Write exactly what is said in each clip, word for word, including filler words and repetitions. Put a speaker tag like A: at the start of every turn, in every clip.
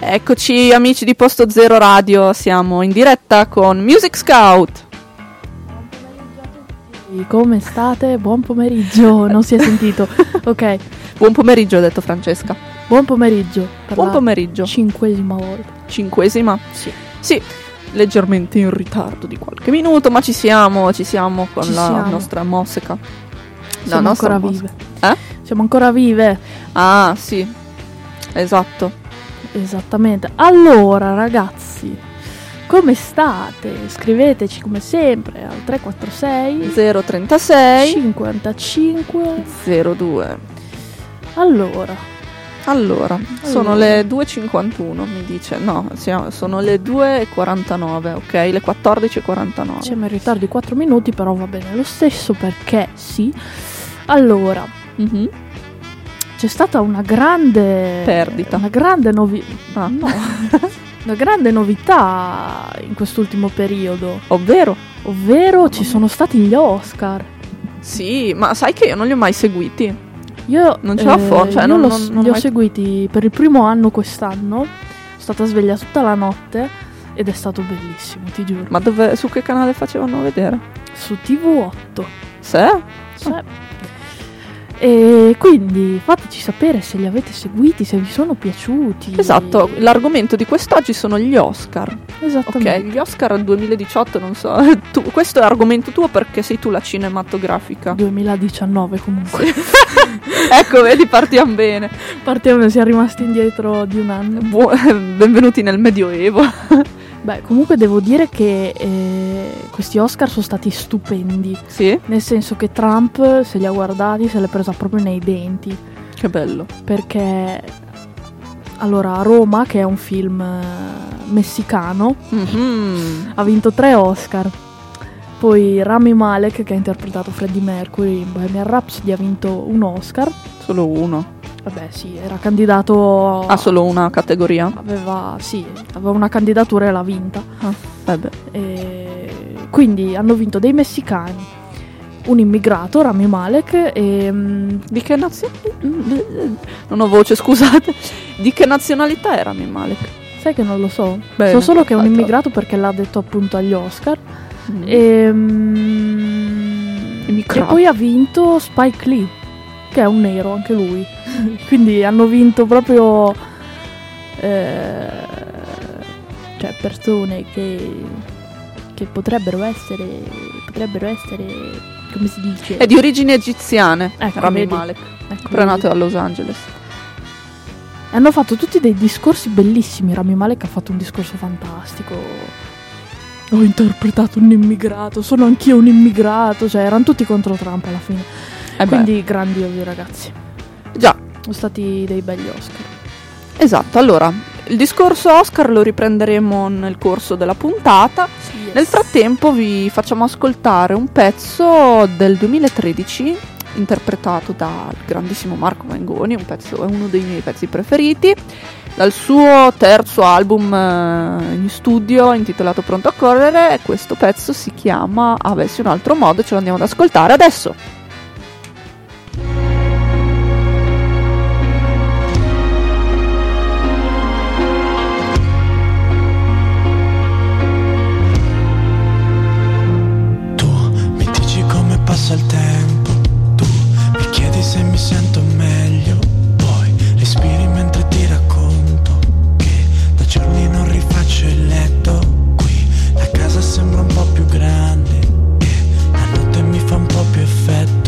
A: Eccoci amici di Posto Zero Radio, siamo in diretta con Music Scout.
B: Come state? Buon pomeriggio, non si è sentito. Ok.
A: Buon pomeriggio, ha detto Francesca.
B: Buon pomeriggio. Per
A: Buon
B: la
A: pomeriggio.
B: Cinquesima volta.
A: Cinquesima?
B: Sì.
A: Sì, leggermente in ritardo di qualche minuto, ma ci siamo, ci siamo con
B: Ci
A: la
B: siamo.
A: nostra musica.
B: Siamo
A: La nostra
B: ancora
A: musica.
B: vive.
A: Eh?
B: Siamo ancora vive.
A: Ah, sì. Esatto.
B: Esattamente. Allora, ragazzi, come state? Scriveteci come sempre al tre quattro sei
A: zero trentasei
B: cinquantacinque
A: zero due.
B: Allora,
A: Allora, sono
B: Allora.
A: le due e cinquantuno, mi dice. No, siamo- sono le due e quarantanove, ok? Le quattordici e quarantanove.
B: siamo in ritardo di quattro minuti, però va bene lo stesso perché sì. Allora,
A: Mhm.
B: c'è stata una grande
A: Perdita.
B: Una grande novità.
A: Ah.
B: No. Una grande novità in quest'ultimo periodo,
A: Ovvero?
B: ovvero ci sono stati gli Oscar.
A: Sì, ma sai che io non li ho mai seguiti.
B: Io
A: Non ce la fo- cioè,
B: io
A: non-
B: l'ho-
A: non- non
B: li ho
A: mai-
B: seguiti per il primo anno quest'anno. Sono stata sveglia tutta la notte ed è stato bellissimo, ti giuro.
A: Ma dove, su che canale facevano vedere?
B: Su T V otto.
A: Se?
B: Sì. E quindi fateci sapere se li avete seguiti, se vi sono piaciuti.
A: Esatto, l'argomento di quest'oggi sono gli Oscar. Ok,
B: Esattamente.
A: gli Oscar duemiladiciotto, non so. Tu, questo è argomento tuo perché sei tu la cinematografica.
B: duemiladiciannove comunque.
A: Ecco, vedi, partiamo bene.
B: Partiamo, siamo rimasti indietro di un anno.
A: Bu- benvenuti nel Medioevo.
B: Beh, comunque devo dire che eh, questi Oscar sono stati stupendi.
A: Sì?
B: Nel senso che Trump se li ha guardati, se li ha presa proprio nei denti.
A: Che bello.
B: Perché allora Roma, che è un film eh, messicano,
A: Mhm.
B: ha vinto tre Oscar. Poi Rami Malek, che ha interpretato Freddie Mercury in Bohemian Rhapsody, ha vinto un Oscar.
A: Solo uno.
B: Vabbè, sì, era candidato.
A: Ha solo una categoria?
B: Aveva, sì, aveva una candidatura e l'ha vinta.
A: Ah, vabbè.
B: E quindi hanno vinto dei messicani, un immigrato, Rami Malek, e mm,
A: Di che nazionalità? Non ho voce, scusate. Di che nazionalità era Rami Malek?
B: sai che non lo so.
A: Bene.
B: So solo che è un
A: Ah,
B: immigrato perché l'ha detto appunto agli Oscar.
A: Mm.
B: E, mm,
A: Immigrato.
B: e poi ha vinto Spike Lee, che è un nero anche lui. Quindi hanno vinto proprio eh, cioè persone che che potrebbero essere potrebbero essere come si dice,
A: È di origini egiziane,
B: Ecco,
A: Rami
B: vedi.
A: Malek.
B: ecco,
A: Però è nato a Los Angeles.
B: hanno fatto tutti dei discorsi bellissimi. Rami Malek ha fatto un discorso fantastico. Ho interpretato un immigrato, sono anch'io un immigrato, cioè erano tutti contro Trump alla fine.
A: Eh beh,
B: Quindi grandiosi ragazzi,
A: già,
B: sono stati dei belli Oscar.
A: esatto. Allora, il discorso Oscar lo riprenderemo nel corso della puntata. Nel frattempo vi facciamo ascoltare un pezzo del duemilatredici interpretato dal grandissimo Marco Mengoni, un pezzo, è uno dei miei pezzi preferiti, dal suo terzo album eh, in studio intitolato Pronto a correre, e questo pezzo si chiama Avessi un altro modo e ce lo andiamo ad ascoltare adesso.
C: Passa il tempo, tu mi chiedi se mi sento meglio, poi respiri mentre ti racconto che da giorni non rifaccio il letto. Qui la casa sembra un po' più grande e la notte mi fa un po' più effetto.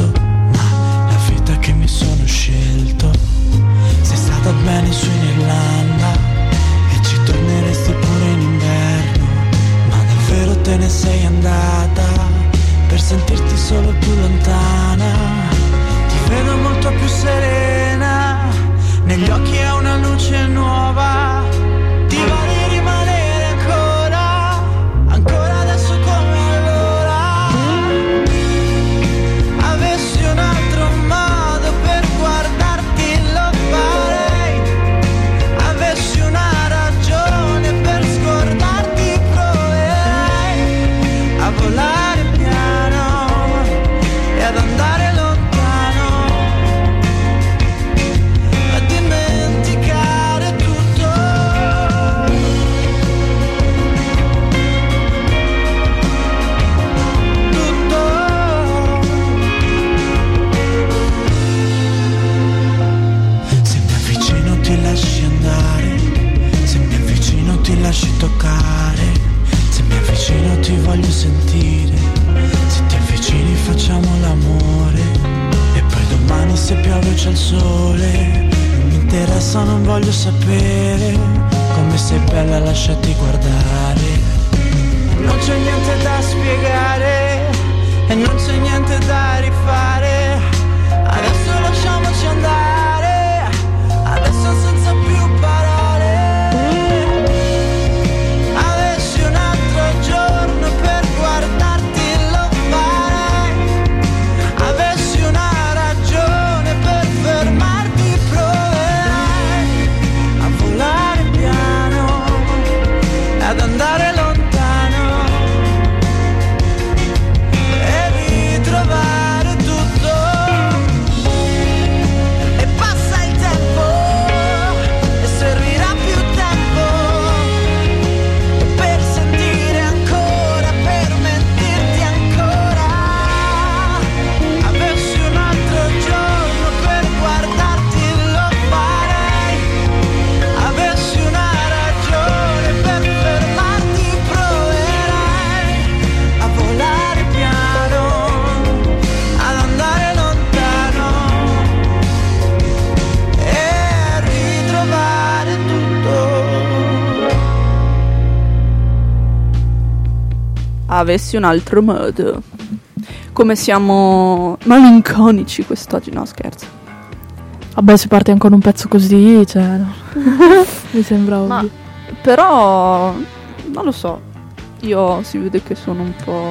C: lasci toccare, se mi avvicino ti voglio sentire, se ti avvicini facciamo l'amore, e poi domani se piove o c'è il sole, non mi interessa, non voglio sapere, come sei bella lasciati guardare. Non c'è niente da spiegare e non c'è niente da rifare, adesso lasciamoci andare, adesso senza più parole. Avessi un altro giorno per guardarti lo farei, avessi una ragione per fermarti proverei a volare piano, ad andare lontano e ritrovare tutto. E passa il tempo e servirà più tempo per sentire ancora, per mentirti ancora. Avessi un altro giorno per guardarti lo farei, avessi una ragione per fermarti proverei a volare piano, ad andare lontano e ritrovare tutto.
A: Avessi un altro modo. Come siamo malinconici quest'oggi, no scherzo.
B: Vabbè, se parti con un pezzo così, cioè, no. Mi sembra ovvio.
A: Ma però non lo so. Io si vede che sono un po'.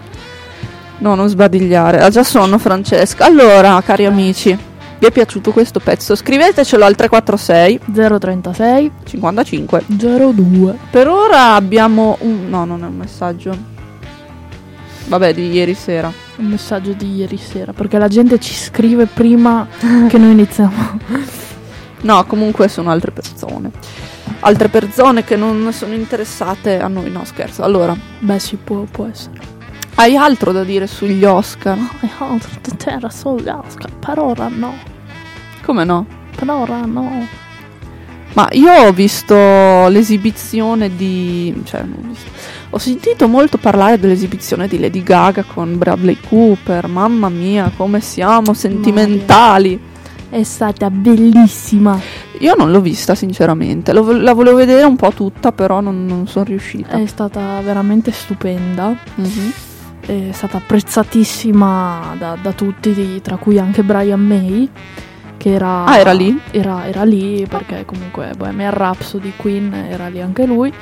A: No, non sbadigliare. Ha già sonno Francesca. Allora, cari amici, vi è piaciuto questo pezzo? Scrivetecelo al tre quattro sei
B: zero trentasei
A: cinquantacinque.
B: zero due.
A: Per ora abbiamo un. No, non è un messaggio. Vabbè, di ieri sera.
B: Un messaggio di ieri sera, perché la gente ci scrive prima che noi iniziamo.
A: No, comunque sono altre persone. Altre persone che non sono interessate a noi, no scherzo. Allora,
B: Beh, sì, può, può essere.
A: hai altro da dire sugli Oscar?
B: Oh, terra sugli Oscar, per ora no,
A: Come no?
B: per ora no.
A: Ma io ho visto l'esibizione di. Cioè, non ho visto. Ho sentito molto parlare dell'esibizione di Lady Gaga con Bradley Cooper. Mamma mia, come siamo sentimentali.
B: È stata bellissima.
A: Io non l'ho vista sinceramente. Lo- la volevo vedere un po' tutta, però non, non sono riuscita.
B: È stata veramente stupenda.
A: Mhm.
B: È stata apprezzatissima da, da tutti, di- tra cui anche Brian May, che era,
A: Ah, era lì?
B: Era, era lì perché comunque Bohemian Rhapsody, Queen, era lì anche lui.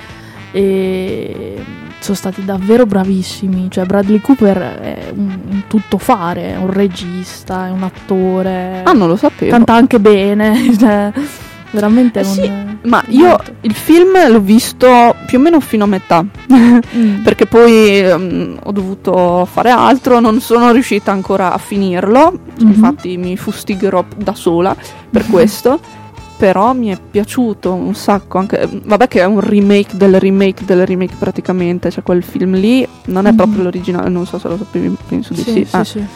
B: E sono stati davvero bravissimi. Cioè, Bradley Cooper è un, un tuttofare, è un regista, è un attore,
A: Ah, non lo sapevo.
B: canta anche bene. Cioè, veramente
A: Eh
B: non
A: sì, ma io il film l'ho visto più o meno fino a metà.
B: Mm.
A: Perché poi ehm, ho dovuto fare altro, non sono riuscita ancora a finirlo,
B: Mhm.
A: infatti mi fustigherò da sola per questo, però mi è piaciuto un sacco, anche, vabbè che è un remake del remake del remake praticamente, cioè quel film lì non è
B: Mhm.
A: proprio l'originale, non so se lo sapevi, penso di sì,
B: Sì, sì,
A: eh.
B: sì.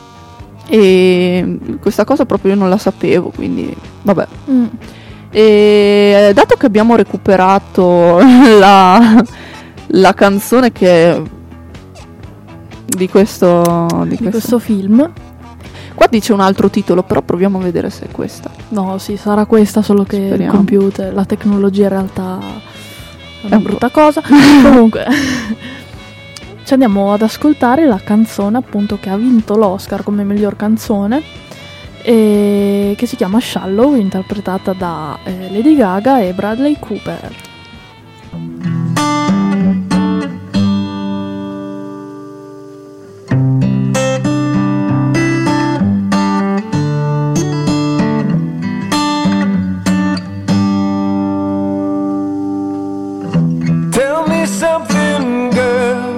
A: E questa cosa proprio io non la sapevo, quindi vabbè.
B: Mm.
A: E dato che abbiamo recuperato la, la canzone che di questo, di
B: Di
A: questo
B: questo film.
A: qua dice un altro titolo, però proviamo a vedere se è questa.
B: No, sì, sarà questa, solo che il
A: Speriamo.
B: computer, la tecnologia in realtà è una
A: un
B: brutta cosa. Comunque, ci andiamo ad ascoltare la canzone appunto che ha vinto l'Oscar come miglior canzone, e che si chiama Shallow, interpretata da eh, Lady Gaga e Bradley Cooper.
C: Tell me something, girl.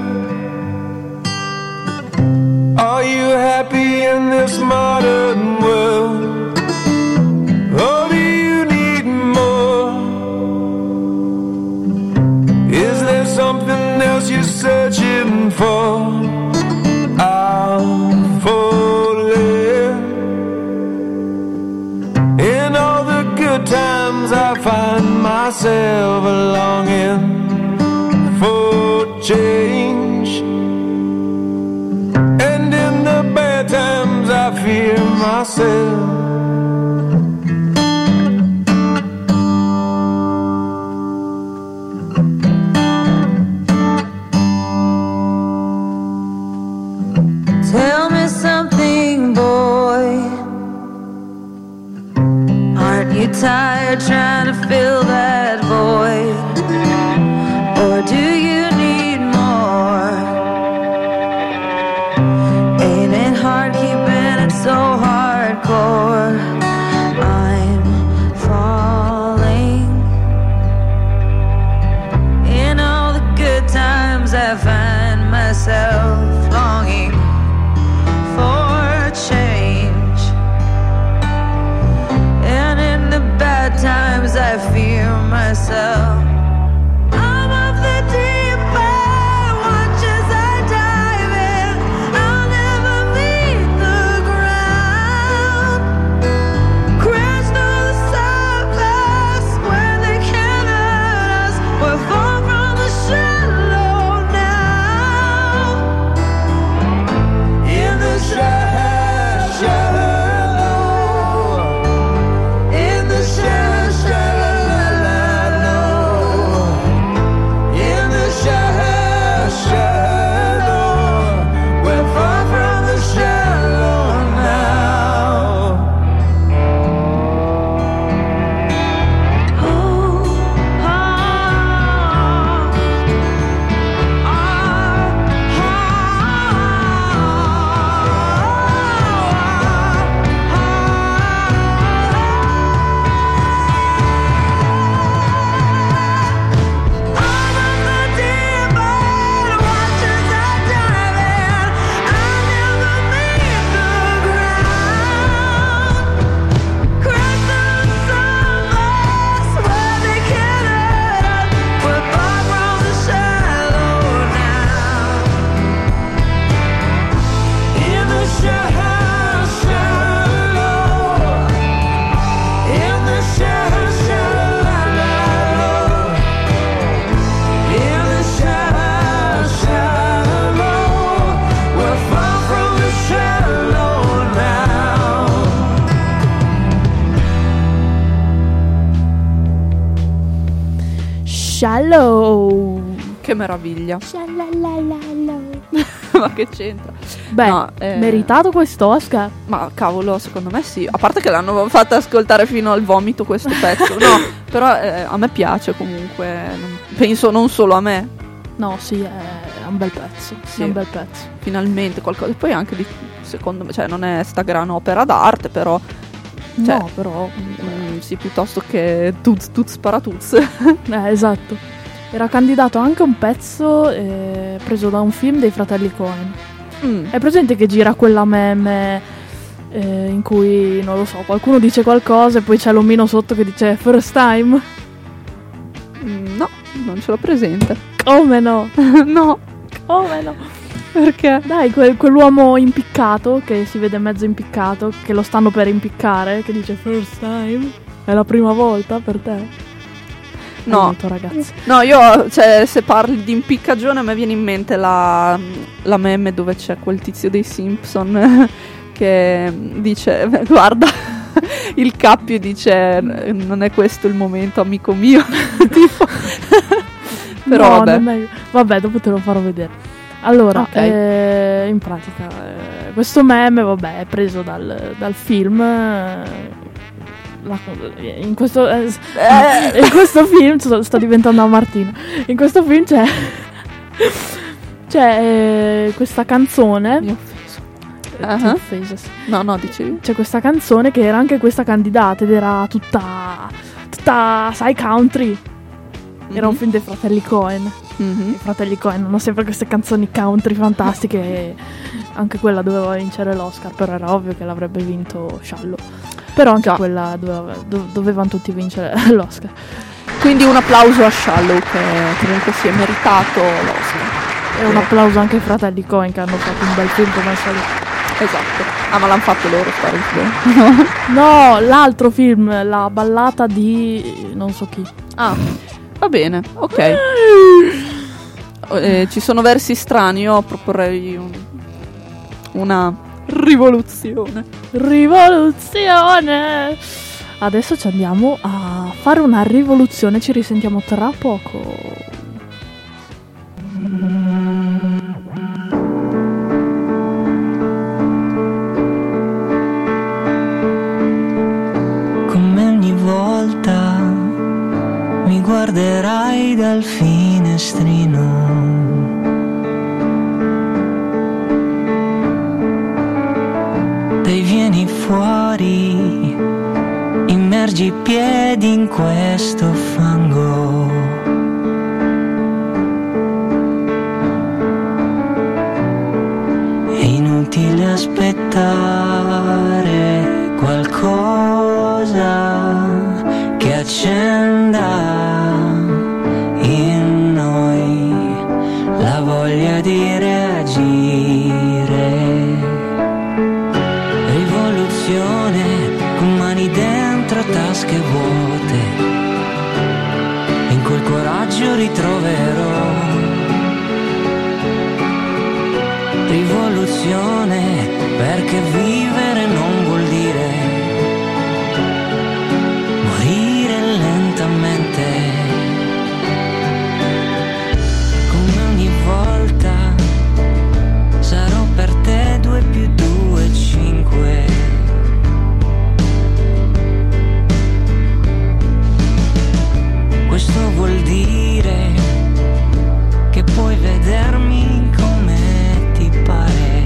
C: Are you happy in this modern world? Or do you need more? Is there something else you're searching for? I'm falling. In all the good times I find myself longing myself.
D: Tell me something, boy. Aren't you tired trying to fill that void? Or do you need more? Ain't it hard keeping it so hardcore? I'm falling. In all the good times I find myself longing for change, and in the bad times I fear myself. I'm of the deep end, watch as I dive in. I'll never meet the ground. Crash through the surface where they can't hurt us. We're far from the shallow now. In the shallow, shallow, in the shallow, shallow, in the shallow, shallow, we're far from the shallow now. Oh, ah,
B: Shallow.
A: Che meraviglia.
B: Shallalalalo.
A: Ma che c'entra?
B: Beh,
A: No, eh,
B: meritato questo Oscar.
A: Ma cavolo, secondo me sì. A parte che l'hanno fatta ascoltare fino al vomito questo pezzo. No, però eh, a me piace comunque. Non- Penso non solo a me.
B: No, sì, è un bel pezzo.
A: Sì.
B: È un bel pezzo.
A: Finalmente qualcosa. E poi anche di, secondo me, cioè non è sta gran opera d'arte, però Cioè,
B: no, però.
A: mm, sì, piuttosto che tuz tuz paratuz.
B: Eh, esatto. Era candidato anche un pezzo eh, preso da un film dei fratelli Coen.
A: Mm.
B: È presente che gira quella meme eh, in cui, non lo so, qualcuno dice qualcosa e poi c'è l'omino sotto che dice first time?
A: Mm, no, non ce l'ho presente.
B: Come no?
A: No,
B: Come no?
A: perché?
B: Dai, quel- quell'uomo impiccato, che si vede mezzo impiccato, che lo stanno per impiccare, che dice first time? È la prima volta per te?
A: No.
B: Aiuto, ragazzi.
A: No, io, cioè, se parli di impiccagione a me viene in mente la, la meme dove c'è quel tizio dei Simpson che dice, guarda, il cappio dice, non è questo il momento, amico mio. Tipo. Però
B: No,
A: vabbè.
B: non è- vabbè, dopo te lo farò vedere. Allora,
A: Ok.
B: eh, in pratica, eh, questo meme, vabbè, è preso dal, dal film. eh, la- in, questo, eh, s-
A: Eh.
B: in questo film, sto, sto diventando a Martina. In questo film c'è, c'è eh, questa canzone.
A: Mi ho offeso.
B: eh,
A: Ah.
B: ti offese, sì.
A: No, no, dicevi?
B: C'è questa canzone che era anche questa candidata ed era tutta, tutta, sai, country. Era un
A: Mhm.
B: film dei fratelli Coen.
A: Mhm.
B: I fratelli Coen hanno sempre queste canzoni country fantastiche e anche quella doveva vincere l'Oscar, però era ovvio che l'avrebbe vinto Shallow. Però anche
A: Già.
B: quella doveva, do- dovevano tutti vincere l'Oscar.
A: Quindi un applauso a Shallow che comunque si è meritato l'Oscar.
B: E un applauso anche ai fratelli Coen che hanno fatto un bel film come al solito.
A: Esatto. Ah, ma l'hanno fatto loro fare il film.
B: No, l'altro film, la ballata di non so chi.
A: Ah, va bene, ok. Eh, ci sono versi strani, io proporrei un- una Rivoluzione.
B: Rivoluzione. Adesso ci andiamo a fare una rivoluzione. Ci risentiamo tra poco.
C: Come ogni volta mi guarderai dal finestrino. Dai vieni fuori, immergi i piedi in questo fango. È inutile aspettare qualcosa che accenda in noi la voglia di reagire. Con mani dentro tasche vuote, in quel coraggio ritroverò rivoluzione, perché vivere non vuol dire morire lentamente. Come ogni volta sarò per te due più due cinque. Questo vuol dire che puoi vedermi come ti pare.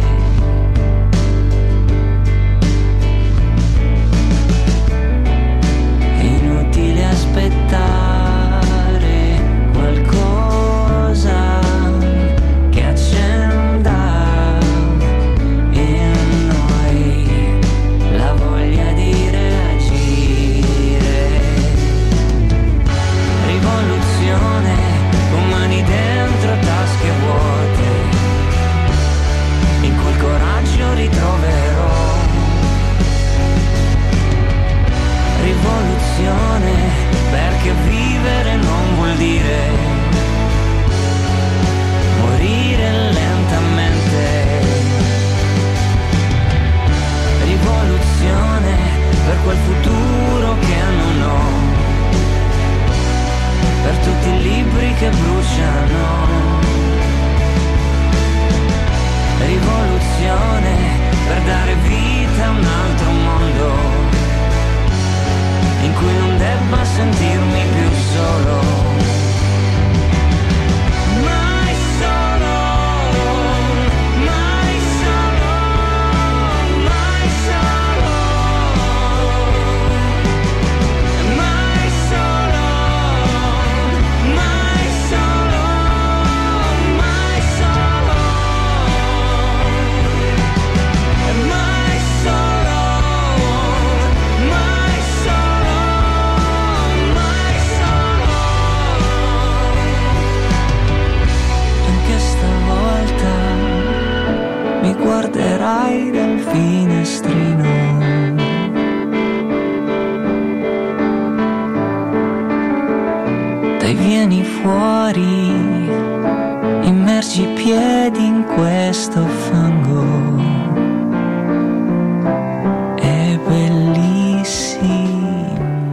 C: È inutile aspettare qualcosa che accenda in noi la voglia di reagire. Rivoluzione, con mani dentro tasche vuote, in quel coraggio ritroverò rivoluzione, perché vivere non vuol dire morire lentamente. Rivoluzione per quel futuro che non ho, per tutti i libri che bruciano. Rivoluzione per dare vita a un altro mondo in cui non debba sentirmi più solo. Mai solo, mai solo, mai solo, mai solo. Mai solo, mai solo, mai solo, mai solo, mai solo. Anche stavolta mi guarderai dal finestrino. Dai vieni fuori, immergi i piedi in questo fango. È bellissimo.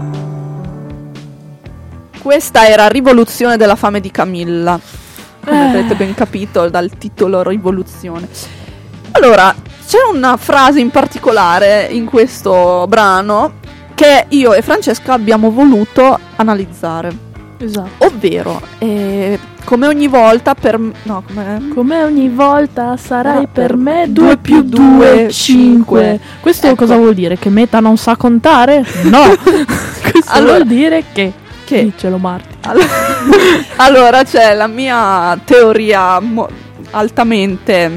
A: Questa era Rivoluzione della fame di Camilla, come
B: Eh.
A: avrete ben capito dal titolo Rivoluzione. Allora, c'è una frase in particolare in questo brano che io e Francesca abbiamo voluto analizzare.
B: Esatto.
A: Ovvero, eh, come ogni volta per... no, come...
B: Come ogni volta sarai
A: Ah,
B: per
A: per
B: me
A: due
B: due
A: più
B: più
A: due,
B: due, cinque. Questo
A: Ecco.
B: cosa vuol dire? Che Meta non sa contare? No. Questo
A: Allora,
B: vuol dire che...
A: che-
B: Dicelo Marti.
A: Allora, allora c'è la mia teoria mo- altamente...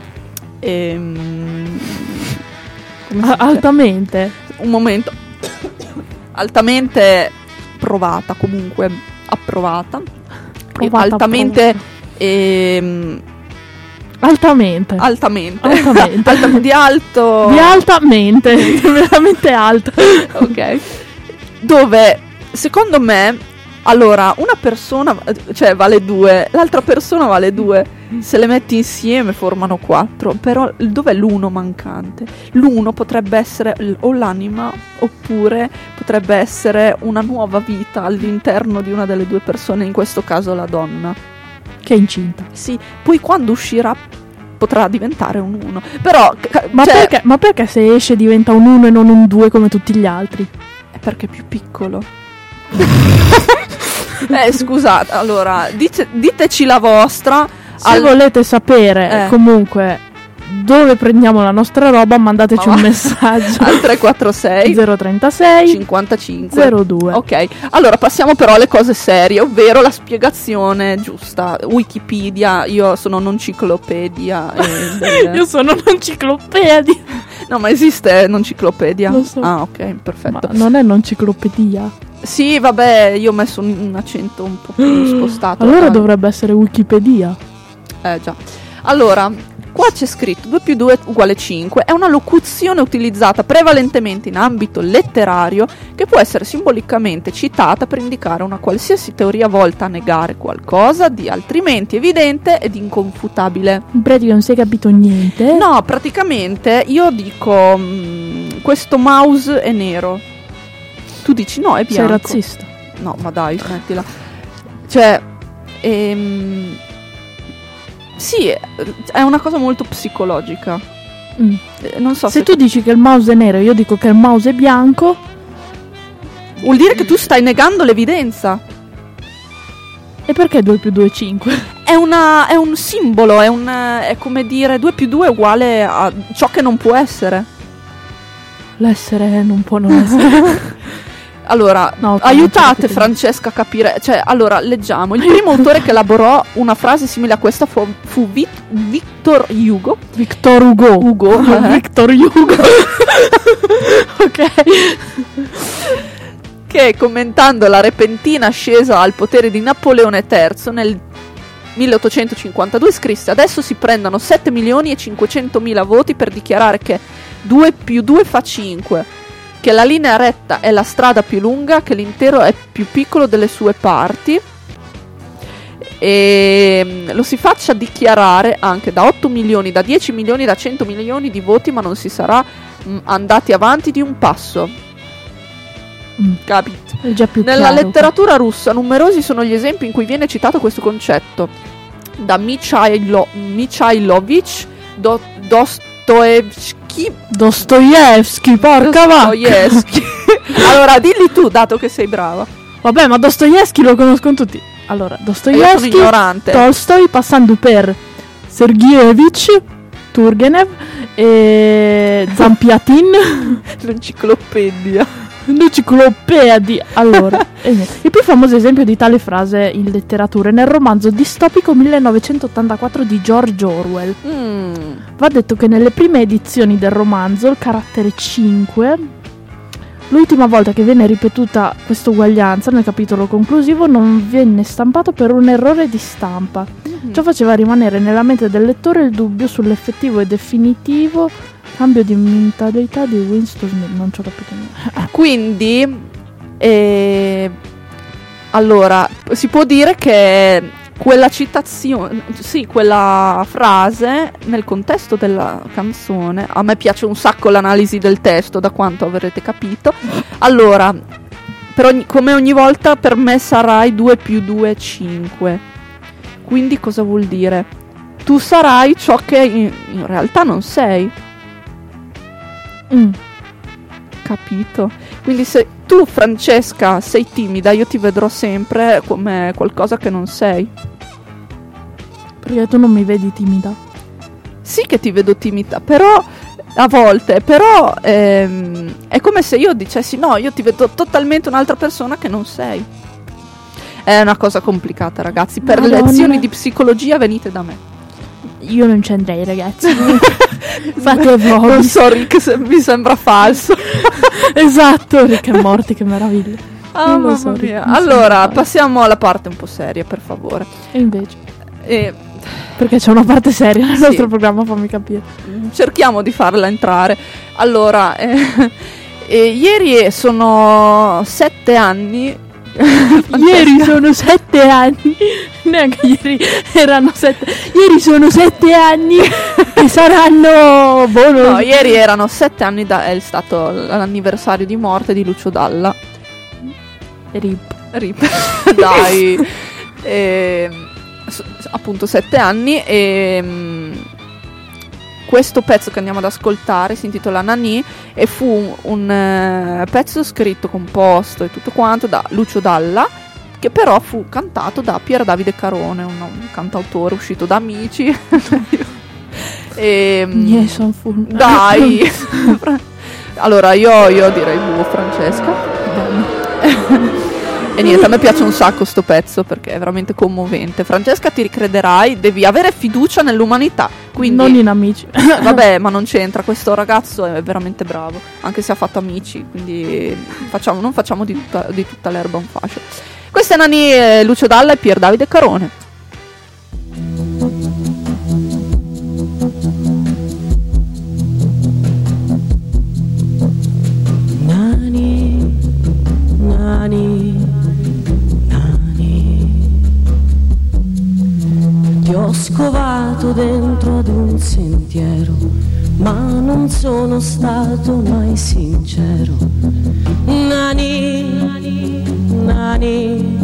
A: ehm, come si
B: A-
A: dice?
B: altamente.
A: Un momento. Altamente provata, comunque approvata.
B: Provata,
A: E altamente... ehm,
B: Altamente.
A: altamente.
B: Altamente.
A: Alta- di alto...
B: Di altamente. Veramente alta.
A: Ok. Dove, secondo me, allora, una persona, cioè vale due, l'altra persona vale due. se le metti insieme formano quattro, però dov'è l'uno mancante? L'uno potrebbe essere l- o l'anima, oppure potrebbe essere una nuova vita all'interno di una delle due persone, in questo caso la donna.
B: Che è incinta.
A: Sì, poi quando uscirà potrà diventare un uno. Però, ca-
B: Ma,
A: cioè,
B: perché, ma perché se esce diventa un uno e non un due come tutti gli altri?
A: è perché è più piccolo. eh, scusate, allora, dite- diteci la vostra.
B: Se
A: al-
B: volete sapere
A: Eh.
B: comunque dove prendiamo la nostra roba, mandateci
A: Ma
B: un
A: va-
B: messaggio
A: al tre quattro sei
B: zero trentasei
A: cinquantacinque
B: zero due.
A: Ok, allora passiamo però alle cose serie, ovvero la spiegazione giusta. Wikipedia, io sono un'enciclopedia. eh, del-
B: Io sono un'enciclopedia.
A: No, ma esiste un'enciclopedia?
B: Lo so.
A: Ah, ok, perfetto.
B: Ma non è un'enciclopedia.
A: Sì, vabbè, io ho messo un, un accento un po' più spostato.
B: Allora
A: Ah,
B: dovrebbe essere Wikipedia.
A: Eh già. Allora, qua c'è scritto due più due uguale cinque. È una locuzione utilizzata prevalentemente in ambito letterario che può essere simbolicamente citata per indicare una qualsiasi teoria volta a negare qualcosa di altrimenti evidente ed inconfutabile.
B: In pratica non si è capito niente.
A: No, praticamente io dico mm, questo mouse è nero. Tu dici no, è
B: Sei
A: bianco.
B: razzista.
A: No, ma dai, smettila. Cioè, ehm, sì, è una cosa molto psicologica.
B: Mm.
A: Eh, Non so
B: Se
A: se,
B: tu dici che il mouse è nero e io dico che il mouse è bianco,
A: vuol dire che tu stai negando l'evidenza.
B: e perché due più due è cinque?
A: È, una, è un simbolo, è, un, è come dire due più due è uguale a ciò che non può essere.
B: L'essere non può non essere.
A: Allora,
B: No, ok,
A: aiutate
B: non ci
A: Francesca a capire. Cioè, allora, leggiamo. Il primo autore che elaborò una frase simile a questa fu, fu Vi- Victor Hugo.
B: Victor Hugo.
A: Hugo, eh.
B: Victor Hugo. Ok.
A: Che commentando la repentina ascesa al potere di Napoleone terzo nel milleottocentocinquantadue scrisse: adesso si prendono sette milioni e cinquecentomila voti per dichiarare che due più due fa cinque, che la linea retta è la strada più lunga, che l'intero è più piccolo delle sue parti, e lo si faccia dichiarare anche da otto milioni, da dieci milioni, da cento milioni di voti, ma non si sarà mh, andati avanti di un passo.
B: Mm.
A: Capito?
B: È già più
A: Nella
B: chiaro.
A: letteratura russa numerosi sono gli esempi in cui viene citato questo concetto. Da Michailo- Michailovich, Do- Dostoevsky,
B: Dostoevsky, porca vacca.
A: Dostoevsky. Allora, dilli tu, dato che sei brava.
B: Vabbè, ma Dostoevsky lo conoscono tutti. Allora,
A: Io sono
B: Dostoevsky,
A: ignorante.
B: Tolstoi, passando per Sergeyevich, Turgenev e Zampiatin.
A: L'enciclopedia.
B: L'enciclopedia. Allora, e niente. Il più famoso esempio di tale frase in letteratura è nel romanzo distopico millenovecentottantaquattro di George Orwell.
A: Mm.
B: Va detto che nelle prime edizioni del romanzo, il carattere cinque, l'ultima volta che venne ripetuta questa uguaglianza nel capitolo conclusivo, non venne stampato per un errore di stampa.
A: Mhm.
B: Ciò faceva rimanere nella mente del lettore il dubbio sull'effettivo e definitivo cambio di mentalità di Winston Smith. Non ci ho capito niente.
A: Quindi, eh, allora, si può dire che quella citazione, sì, quella frase nel contesto della canzone, a me piace un sacco l'analisi del testo, da quanto avrete capito. Allora, per ogni- come ogni volta per me sarai due più due cinque. Quindi cosa vuol dire? Tu sarai ciò che in, in realtà non sei.
B: Mm.
A: Capito? Quindi se tu, Francesca, sei timida, io ti vedrò sempre come qualcosa che non sei.
B: Perché tu non mi vedi timida.
A: Sì che ti vedo timida, però a volte, però ehm, è come se io dicessi no, io ti vedo totalmente un'altra persona che non sei. È una cosa complicata, ragazzi. Per
B: Madonna.
A: lezioni di psicologia venite da me.
B: Io non ci andrei, ragazzi. Fate voi.
A: Non so, Rick, se mi sembra falso.
B: Esatto, Rick e Morty, che meraviglia.
A: Ah,
B: Non lo
A: mamma
B: so, Rick,
A: mia.
B: non
A: Allora,
B: sembra falso.
A: passiamo alla parte un po' seria, per favore.
B: E invece,
A: E
B: perché c'è una parte seria nel
A: Sì.
B: nostro programma, fammi capire.
A: cerchiamo di farla entrare. Allora, eh, eh, ieri sono sette anni
B: Ieri sono sette anni. Neanche ieri erano sette. Ieri sono sette anni. E saranno. Boh, non-
A: No, ieri erano sette anni da, è stato l'anniversario di morte di Lucio Dalla.
B: Rip.
A: Rip. Dai. E, s- appunto sette anni e mm, questo pezzo che andiamo ad ascoltare si intitola Nani e fu un, un, eh, pezzo scritto, composto e tutto quanto da Lucio Dalla, che però fu cantato da Pier Davide Carone, un, un cantautore uscito da Amici. e, mm,
B: Yes, son full.
A: dai. Allora io, io direi buo Francesca. E niente, a me piace un sacco sto pezzo perché è veramente commovente. Francesca, ti ricrederai, devi avere fiducia nell'umanità. Quindi,
B: Non in Amici.
A: vabbè, ma non c'entra, questo ragazzo è veramente bravo, anche se ha fatto Amici, quindi facciamo, non facciamo di tutta, di tutta l'erba un fascio. Questa è Nani, eh, Lucio Dalla e Pier Davide Carone.
E: Nani, Nani, Nani, ti ho scovato dentro ad un sentiero, ma non sono stato mai sincero. Nani, Nani,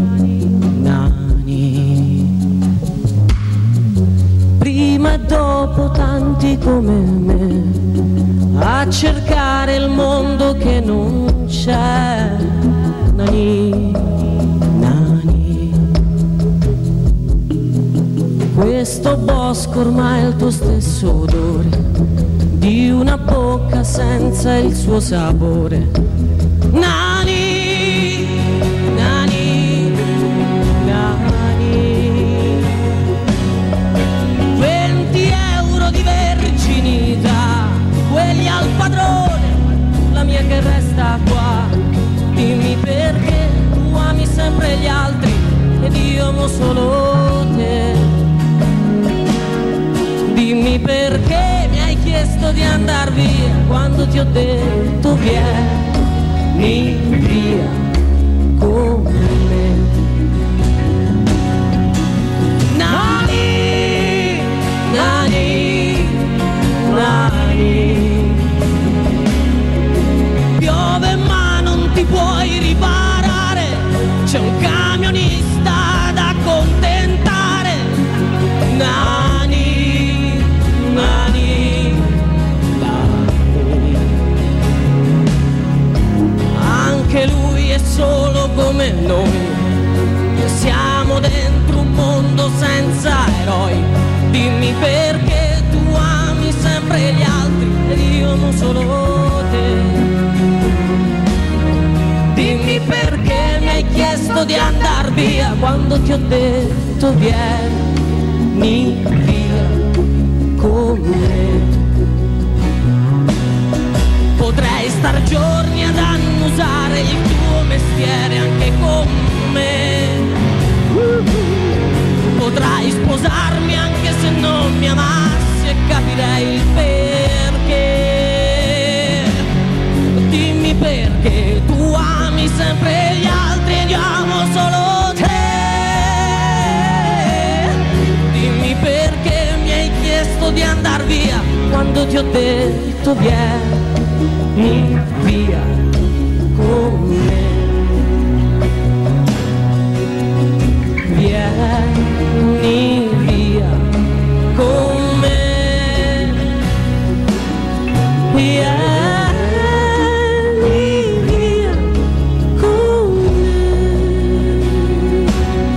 E: Nani, prima e dopo tanti come me, a cercare il mondo che non c'è. Nani, Nani, questo bosco ormai è il tuo stesso odore, di una bocca senza il suo sapore. Nani, Nani, Nani, venti euro di verginità, quelli al padrone, la mia che resta qua. Dimmi perché tu ami sempre gli altri ed io amo solo te. Dimmi perché mi hai chiesto di andar via quando ti ho detto vieni via con me. Nani, Nani, Nani, piove ma non ti puoi riparare, c'è un camionista da accontentare. Nani, Nani, Nani, anche lui è solo come noi, siamo dentro un mondo senza eroi. Dimmi perché tu ami sempre gli altri ed io amo solo te. Dimmi perché mi hai chiesto di andar via quando ti ho detto vieni via con me. Potrei star giorni ad annusare il tuo mestiere anche con me. Potrai sposarmi anche se non mi amassi e capirei il perché. Dimmi perché tu ami sempre gli altri ed io amo solo te. Dimmi perché mi hai chiesto di andar via quando ti ho detto vieni via con me. Vieni via con me. Vieni via con me.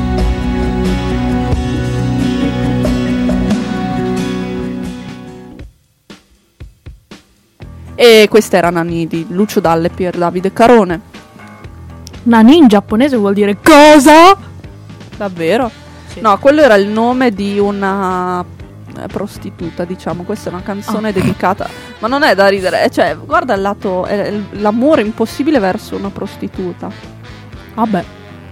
A: E questa era Nani di Lucio Dalla e Pier Davide Carone.
B: Nani in giapponese vuol dire cosa?
A: Davvero?
B: Sì.
A: No, quello era il nome di una eh, prostituta, diciamo. Questa è una canzone
B: Ah.
A: dedicata, ma non è da ridere, cioè guarda il lato, è l- l'amore impossibile verso una prostituta.
B: Vabbè.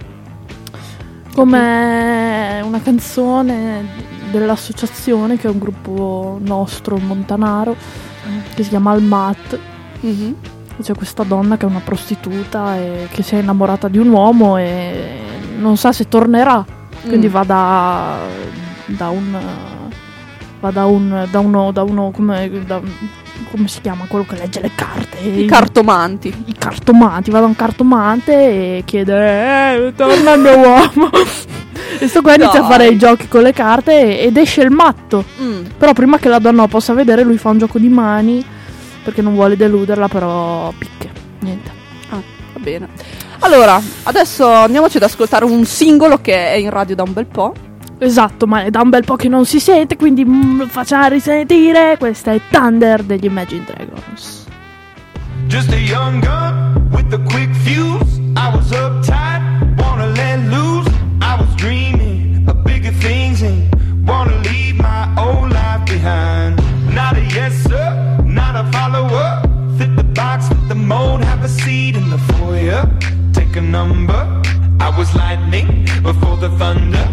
B: Come una canzone dell'associazione, che è un gruppo nostro montanaro, che si chiama Almat,
A: Mhm.
B: c'è questa donna che è una prostituta e che si è innamorata di un uomo e non sa se tornerà, quindi
A: Mm.
B: va da da un va da un da uno da uno come da, come si chiama quello che legge le carte,
A: I cartomanti.
B: i cartomanti, va da un cartomante e chiede eh, torna il mio uomo. E sto qua inizia a
A: Dai.
B: fare i giochi con le carte ed esce il matto.
A: Mm.
B: Però prima che la donna lo possa vedere, lui fa un gioco di mani perché non vuole deluderla, però picche. Niente.
A: Ah, va bene. Allora, adesso andiamoci ad ascoltare un singolo che è in radio da un bel po'.
B: Esatto, ma è da un bel po' che non si sente, quindi mm, lo facciamo risentire. Questa è Thunder degli Imagine Dragons.
C: Just a young gun with a quick fuse. I was uptight, wanna let loose. I was dreaming of bigger things and wanna leave my old life behind. Not a yes sir, not a follower. Fit the box, fit the mold, have a seat in the foyer. Take a number. I was lightning before the thunder.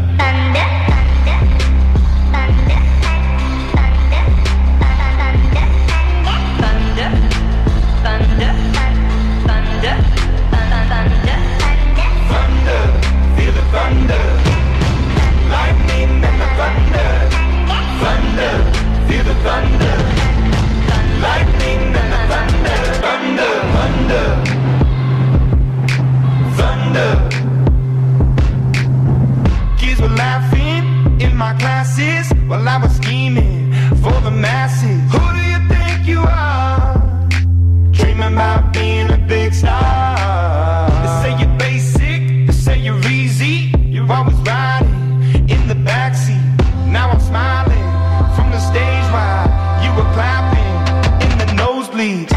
C: Kids were laughing in my classes while I was scheming for the masses. Who do you think you are? Dreaming about being a big star. They say you're basic, they say you're easy. You're always riding in the backseat. Now I'm smiling from the stage while you were clapping in the nosebleeds.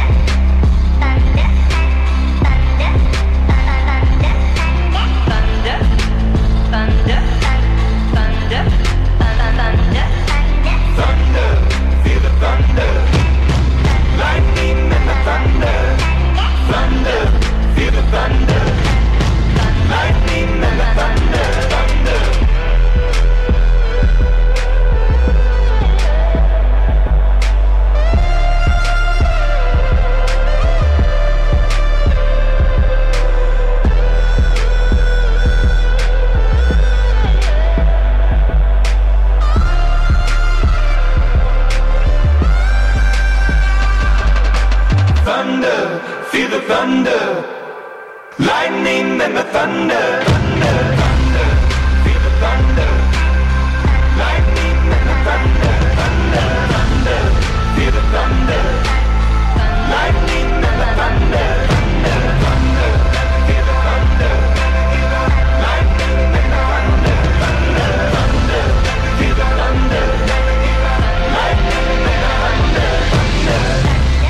C: Thunder, feel the thunder, lightning and the thunder. Thunder, thunder, feel the thunder, lightning and the thunder. Thunder, thunder, feel the thunder, lightning and the thunder. Thunder, thunder, feel the thunder, lightning and the thunder. Thunder, thunder, feel the thunder, lightning and the thunder. Thunder.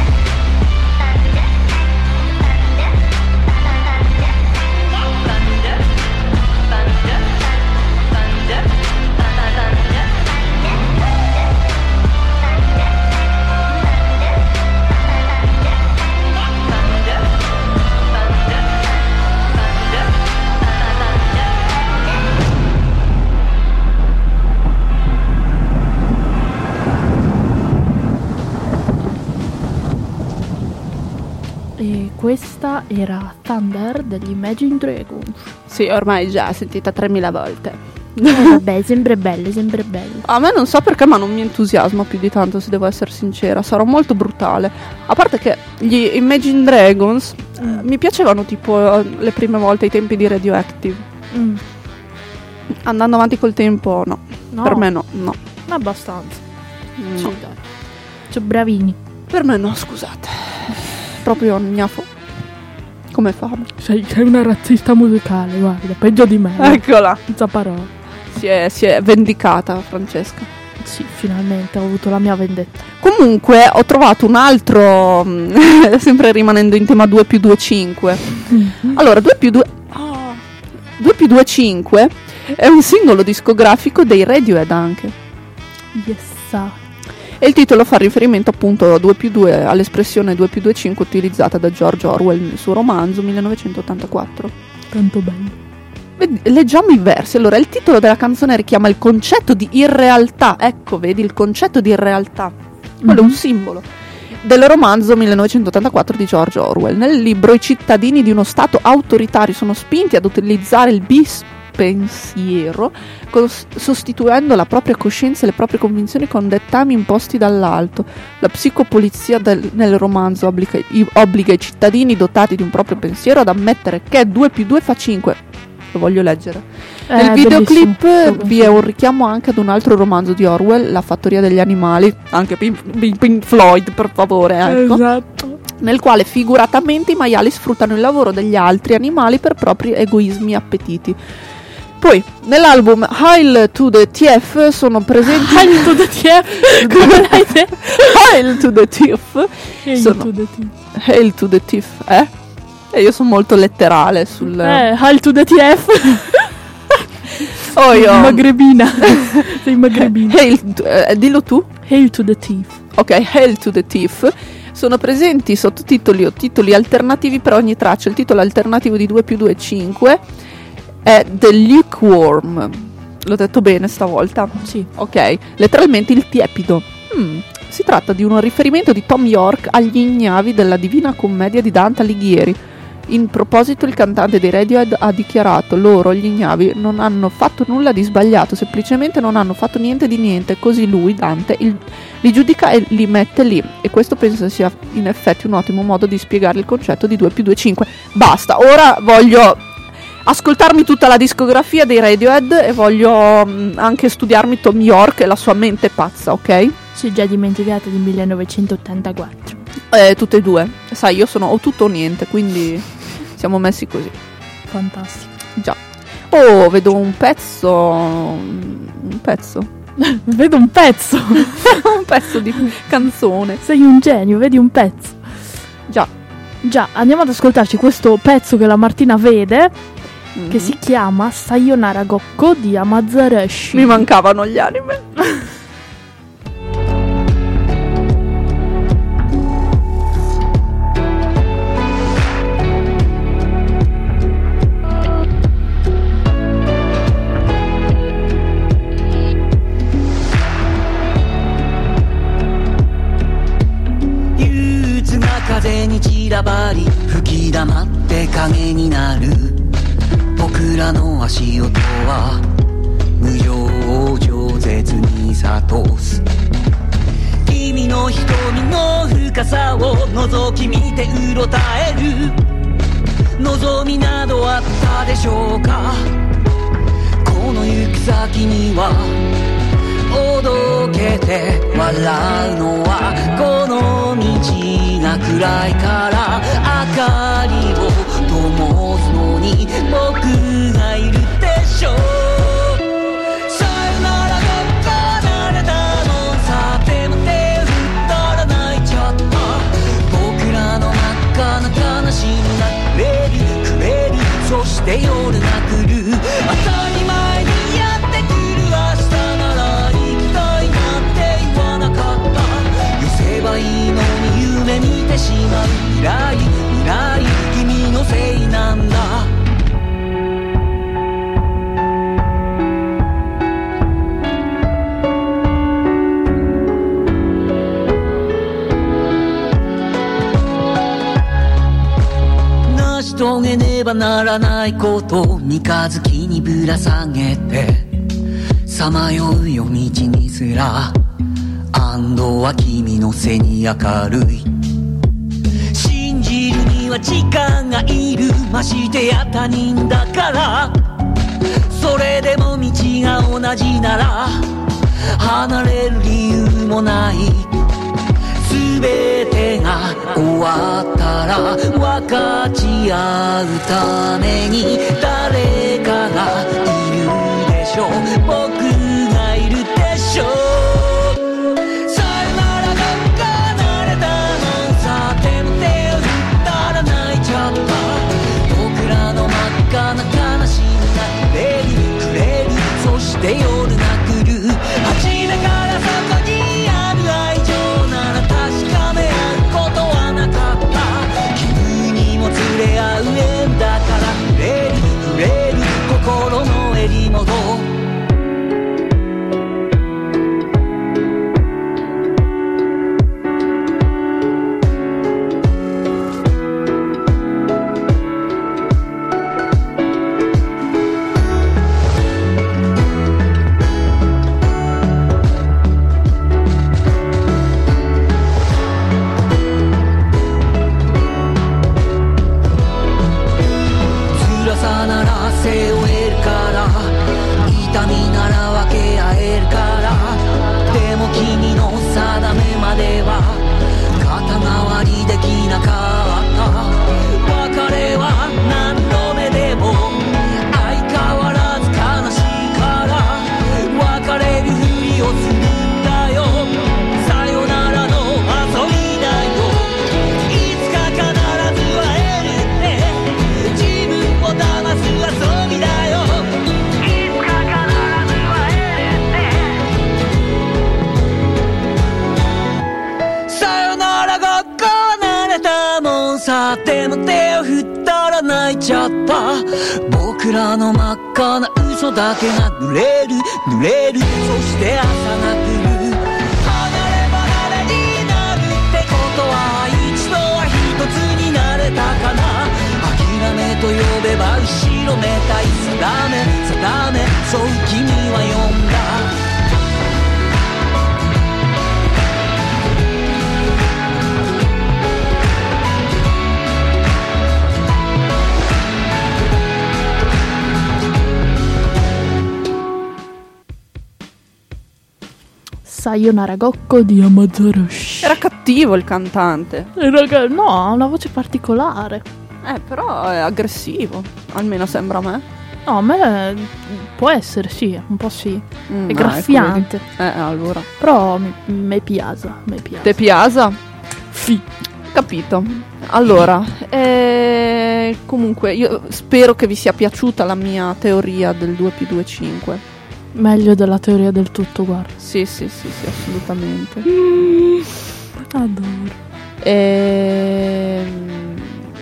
B: E questa era Thunder degli Imagine Dragons.
A: Sì, ormai già sentita tremila volte.
B: Eh, vabbè, sempre belle, sempre belle.
A: A me non so perché, ma non mi entusiasma più di tanto, se devo essere sincera. Sarò molto brutale. A parte che gli Imagine Dragons eh, mi piacevano tipo eh, le prime volte ai tempi di Radioactive.
B: Mm.
A: Andando avanti col tempo, no.
B: No,
A: Per me no, no.
B: abbastanza.
A: No.
B: Sì, dai. Sono bravini.
A: Per me no, scusate. Proprio gnafo. Come fame.
B: Sei, sei una razzista musicale, guarda, peggio di me.
A: Eccola.
B: Senza parole.
A: Si è, si è vendicata, Francesca.
B: Sì, finalmente ho avuto la mia vendetta.
A: Comunque ho trovato un altro, sempre rimanendo in tema due più due cinque. Allora, due più due... Oh, due più due cinque è un singolo discografico dei Radiohead anche.
B: Yes.
A: E il titolo fa riferimento appunto a due più due, all'espressione due più due cinque utilizzata da George Orwell nel suo romanzo millenovecentottantaquattro.
B: Tanto bello.
A: Vedi, leggiamo i versi. Allora, il titolo della canzone richiama il concetto di irrealtà. Ecco, vedi, il concetto di irrealtà. Quello è un simbolo. del romanzo millenovecentottantaquattro di George Orwell. Nel libro i cittadini di uno stato autoritario sono spinti ad utilizzare il bispensiero, cos- sostituendo la propria coscienza e le proprie convinzioni con dettami imposti dall'alto. La psicopolizia del- nel romanzo obbliga i, obbliga i cittadini dotati di un proprio pensiero ad ammettere che due più due fa cinque. Lo voglio leggere.
B: Eh,
A: Nel videoclip
B: bellissimo.
A: vi è un richiamo anche ad un altro romanzo di Orwell, La fattoria degli animali, anche Pink, Pink Floyd, per favore, ecco,
B: Esatto.
A: nel quale figuratamente i maiali sfruttano il lavoro degli altri animali per propri egoismi e appetiti. Poi, nell'album Hail to the T F sono presenti...
B: Hail to the T F, come l'hai detto?
A: Hail to the T F
B: Hail
A: sono-
B: to the T F.
A: Hail to the T F, eh? E io sono molto letterale sul...
B: Eh, Hail to the T F.
A: Oh, io...
B: Magrebina. Sei magrebina.
A: Hail, eh, dillo tu.
B: Hail to the Thief.
A: Ok, Hail to the Thief. Sono presenti sottotitoli o titoli alternativi per ogni traccia. Il titolo alternativo di due più due è cinque è The Lukewarm. L'ho detto bene stavolta?
B: Sì.
A: Ok, letteralmente il tiepido. Mm, Si tratta di un riferimento di Tom York agli ignavi della Divina Commedia di Dante Alighieri. In proposito, il cantante dei Radiohead ha dichiarato: loro, gli ignavi, non hanno fatto nulla di sbagliato, semplicemente non hanno fatto niente di niente, così lui, Dante, il, li giudica e li mette lì. E questo penso sia in effetti un ottimo modo di spiegare il concetto di due più due cinque. Basta, ora voglio ascoltarmi tutta la discografia dei Radiohead e voglio mh, anche studiarmi Tom York e la sua mente pazza, ok?
B: Si è già dimenticata di millenovecentottantaquattro.
A: Eh, tutte e due. Sai, io sono o tutto o niente, quindi siamo messi così.
B: Fantastico.
A: Già. Oh, vedo un pezzo. Un pezzo.
B: Vedo un pezzo.
A: un pezzo di canzone.
B: Sei un genio, vedi un pezzo.
A: Già.
B: Già, andiamo ad ascoltarci questo pezzo che la Martina vede,
A: Mhm.
B: che si chiama Sayonara Gokko di Amazareshi.
A: Mi mancavano gli anime.
F: 憂鬱な風に散らばり吹き溜まって影になる僕らの足音は無情を饒舌に諭す君の瞳の深さを覗き見てうろたえる望みなどあったでしょうかこの行く先にはおどけて笑うのはこの道が暗いから明かりを灯すのに僕がいるでしょうさよならが離れたのさでも手を振ったら泣いちゃった僕らの真っ赤な悲しみがレリくれりそして夜が来る当たり前にやってくる明日なら行きたいなんて言わなかった寄せばいいのに夢見てしまう未来未来君のせいなんだ成し遂げねばならないこと三日月にぶら下げてさまよう夜道にすら安堵は君の背に明るい信じるには時間がいるましてや他人だからそれでも道が同じなら離れる理由もない全てが終わったら分かち合うために誰かがいるでしょう僕がいるでしょうさよならが離れたのさでも手を振ったら泣いちゃった僕らの真っ赤な悲しみがくれるくれるそして夜が来る初めからそこにある愛情なら確かめ合うことはなかった君にも連れ合う縁だから触れる触れる心の襟元になら分け合えるから。でも君の定めまでは肩代わりできなかった。別れは何度目でも相変わらず悲しいから別れるふりをするんだよ。さよならの遊びだよ。いつか必ず会えるって自分を騙す遊びだよ。いつか必ず会えるってさよならごっこ慣れたもんさ。でも手を振ったら泣いちゃった。僕らの真っ赤な嘘だけが濡れる濡れる。そして朝が来る。離れ離れになるってことは一度は一つになれたかな。諦めと呼べば後ろめたい定め定め。そう君は呼んだ。
B: Sayonara Gokko di Amaterasu.
A: Era cattivo il cantante.
B: Raga, no, ha una voce particolare.
A: Eh, però è aggressivo. Almeno sembra a me.
B: No, a me può essere, sì, un po' sì.
A: Mm,
B: è
A: ah,
B: graffiante.
A: Ecco, eh, allora.
B: Però mi, mi piaza, mi piaza.
A: Te piaza?
B: Sì.
A: Capito. Allora, eh, comunque, io spero che vi sia piaciuta la mia teoria del due più due cinque.
B: Meglio della teoria del tutto, guarda.
A: Sì, sì, sì, sì, assolutamente.
B: Mm, adoro.
A: Ehm...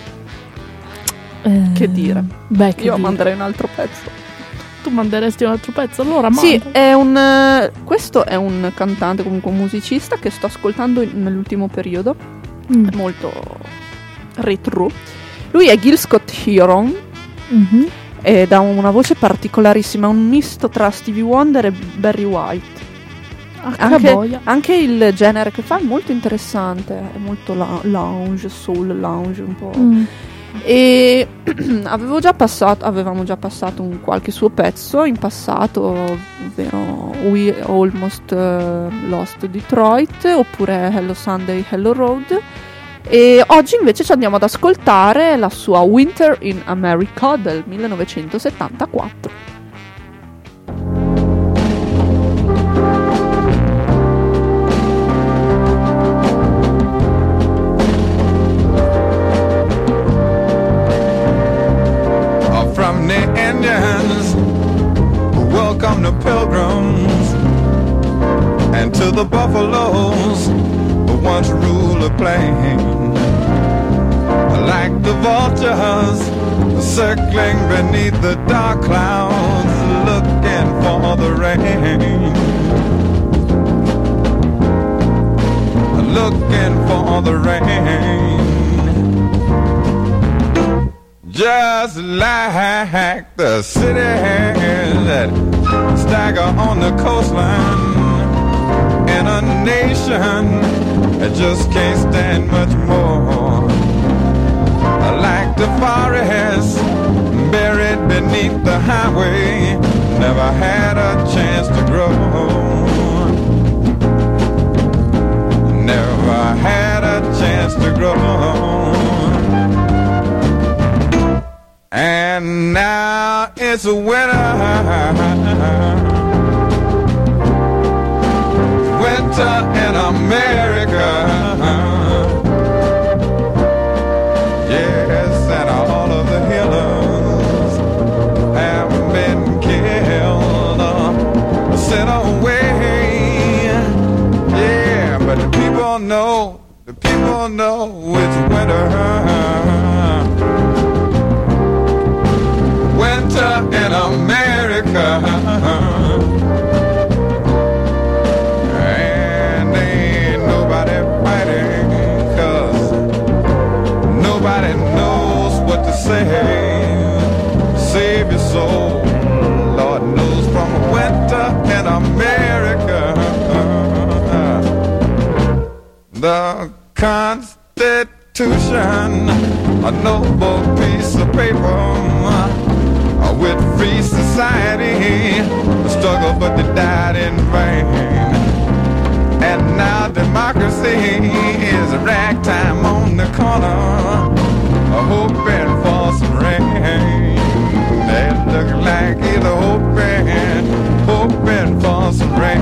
B: Eh,
A: che dire?
B: Beh, che
A: io
B: dire.
A: manderei un altro pezzo.
B: Tu manderesti un altro pezzo? Allora manda.
A: Sì, è un questo è un cantante, comunque un musicista che sto ascoltando in- nell'ultimo periodo.
B: Mm.
A: È molto retro. Lui è Gil Scott Heron
B: Mhm.
A: ed ha una voce particolarissima, un misto tra Stevie Wonder e Barry White.
B: Ah, che
A: Anche,
B: boia.
A: anche il genere che fa è molto interessante, è molto la- lounge, soul lounge un po'.
B: Mm.
A: E avevo già passato, avevamo già passato un qualche suo pezzo in passato, ovvero We Almost uh, Lost Detroit oppure Hello Sunday, Hello Road. E oggi invece ci andiamo ad ascoltare la sua Winter in America del millenovecentosettantaquattro.
G: From the Indians who welcome the pilgrims, and to the buffaloes who once ruled the plain. Like the vultures circling beneath the dark clouds, looking for the rain, looking for the rain. Just like the cities that stagger on the coastline, in a nation that just can't stand much more. Like the forest buried beneath the highway, never had a chance to grow, never had a chance to grow. And now it's a winter, winter in America. Yes, and all of the healers have been killed, uh, sent away. Yeah, but the people know, the people know it's winter. Winter in America, and ain't nobody fighting, 'cause nobody knows what to say. Save your soul, Lord knows, from winter in America. The Constitution, a noble piece of paper with free society, the struggle but they died in vain. And now democracy is a ragtime on the corner, hoping for some rain. They look like either hoping, hoping for some rain.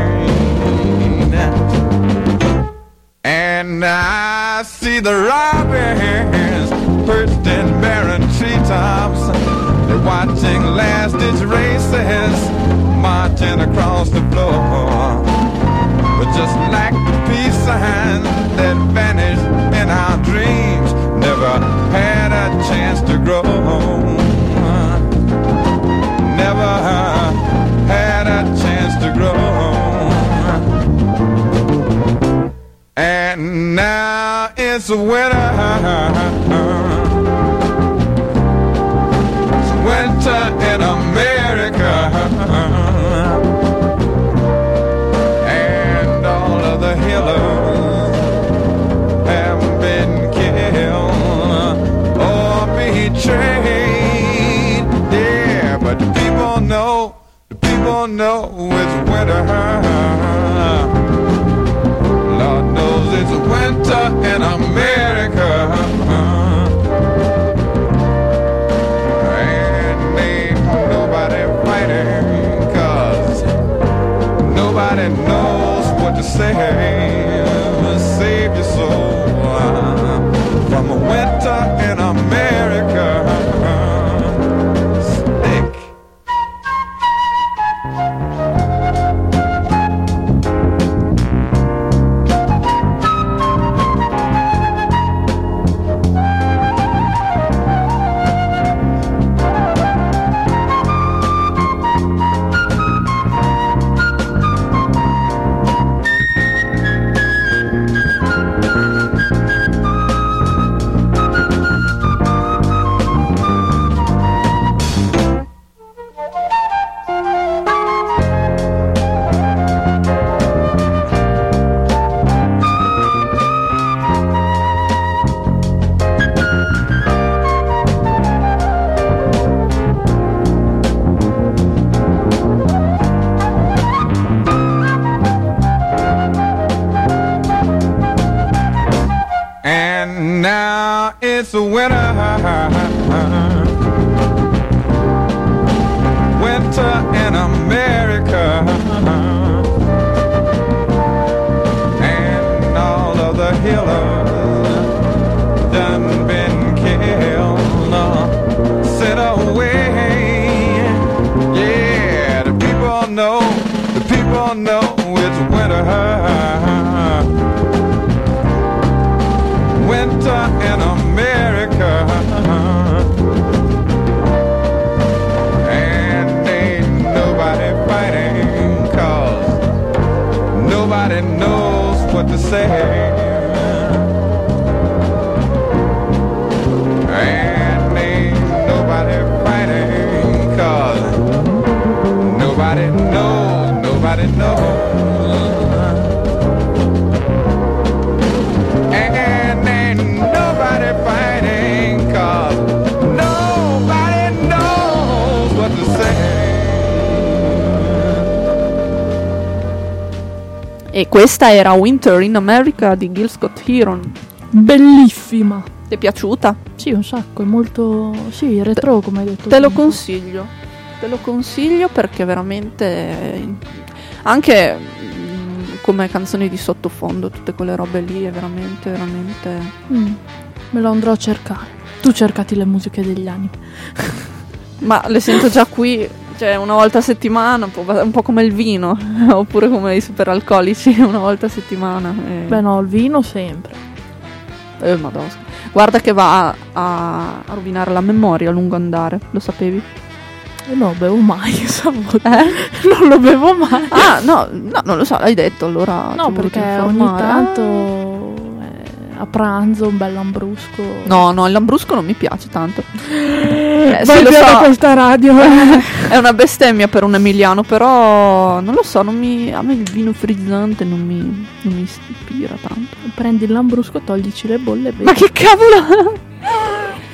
G: And I see the robins perched in barren treetops. They're watching last-ditch races marching across the floor. But just like the peace signs that vanished in our dreams, never had a chance to grow. Never had a chance to grow. And now it's winter. It's winter in America. And all of the healers have been killed or betrayed. Yeah, but the people know, the people know it's winter. Lord knows it's winter in America. And ain't nobody fighting, 'cause nobody knows what to say. Save your soul from a winter in America. Stick. And now it's winter, winter in America. And all of the healers done been killed, sent away. Yeah, the people know, the people know it's winter. Winter in America. And ain't nobody fighting, 'cause nobody knows what to say. And ain't nobody fighting, 'cause nobody knows, nobody knows. Nobody fighting, 'cause nobody knows what to say.
A: E questa era Winter in America di Gil Scott-Heron.
B: Bellissima.
A: Ti è piaciuta?
B: Sì, un sacco, è molto... Sì, retro, come hai detto.
A: Te lo consiglio. Te lo consiglio perché veramente... Anche mh, come canzoni di sottofondo, tutte quelle robe lì, è veramente, veramente...
B: Mm, me lo andrò a cercare. Tu cercati le musiche degli anime.
A: Ma le sento già qui, cioè una volta a settimana, un po', un po' come il vino, oppure come i superalcolici, una volta a settimana. E...
B: Beh no, il vino sempre.
A: Eh, madonna. Guarda che va a, a rovinare la memoria a lungo andare, lo sapevi?
B: Eh no, bevo mai, saputo.
A: Eh?
B: Non lo bevo mai.
A: Ah, no, no, non lo so, l'hai detto, allora
B: No,
A: ti ho voluto
B: perché ogni
A: informare.
B: tanto eh, a pranzo un bel lambrusco.
A: No, no, il lambrusco non mi piace tanto. Eh,
B: Vai
A: sì, lo
B: via da
A: so,
B: questa radio.
A: è una bestemmia per un emiliano, però non lo so, non mi, a me il vino frizzante non mi, non mi ispira tanto.
B: Prendi il lambrusco, toglici le bolle e bevi.
A: Ma che cavolo!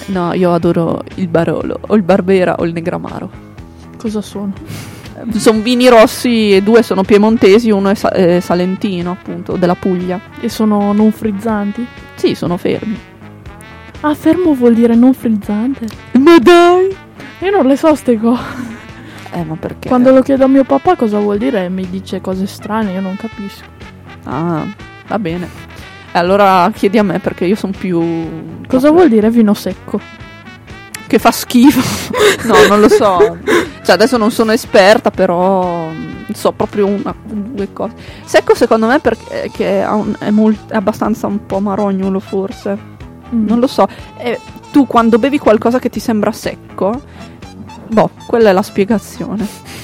A: No, io adoro il Barolo, o il Barbera o il Negramaro.
B: Cosa sono?
A: Sono vini rossi e due sono piemontesi, uno è, sa- è salentino, appunto, della Puglia.
B: E sono non frizzanti?
A: Sì, sono fermi.
B: Ah, fermo vuol dire non frizzante?
A: Ma dai!
B: Io non le so ste cose.
A: Eh, ma perché?
B: Quando lo chiedo a mio papà cosa vuol dire mi dice cose strane, io non capisco.
A: Ah, va bene. E allora chiedi a me perché io sono più...
B: Cosa vuol dire vino secco?
A: Che fa schifo. No, non lo so. Cioè, adesso non sono esperta, però so proprio una, due cose. Secco secondo me perché che è, un, è, molt, è abbastanza un po' marognolo forse.
B: Mm.
A: Non lo so. E tu quando bevi qualcosa che ti sembra secco, boh, quella è la spiegazione.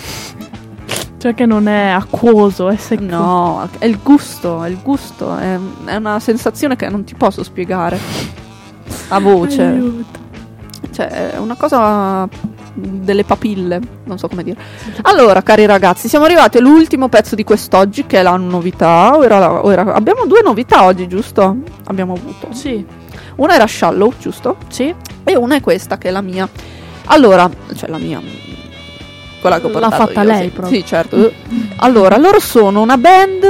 B: Cioè che non è acquoso, è secco.
A: No, è il gusto, è il gusto, è, è una sensazione che non ti posso spiegare a voce.
B: Aiuto.
A: Cioè, è una cosa delle papille, non so come dire. Allora, cari ragazzi, siamo arrivati all'ultimo pezzo di quest'oggi, che è la novità. O era la- o era- abbiamo due novità oggi, giusto? Abbiamo avuto.
B: Sì,
A: Una era Shallow, giusto?
B: sì.
A: E una è questa, che è la mia. Allora, cioè la mia, quella che ho
B: L'ha
A: portato
B: fatta
A: io,
B: lei
A: sì.
B: proprio.
A: Sì, certo. Allora, loro sono una band,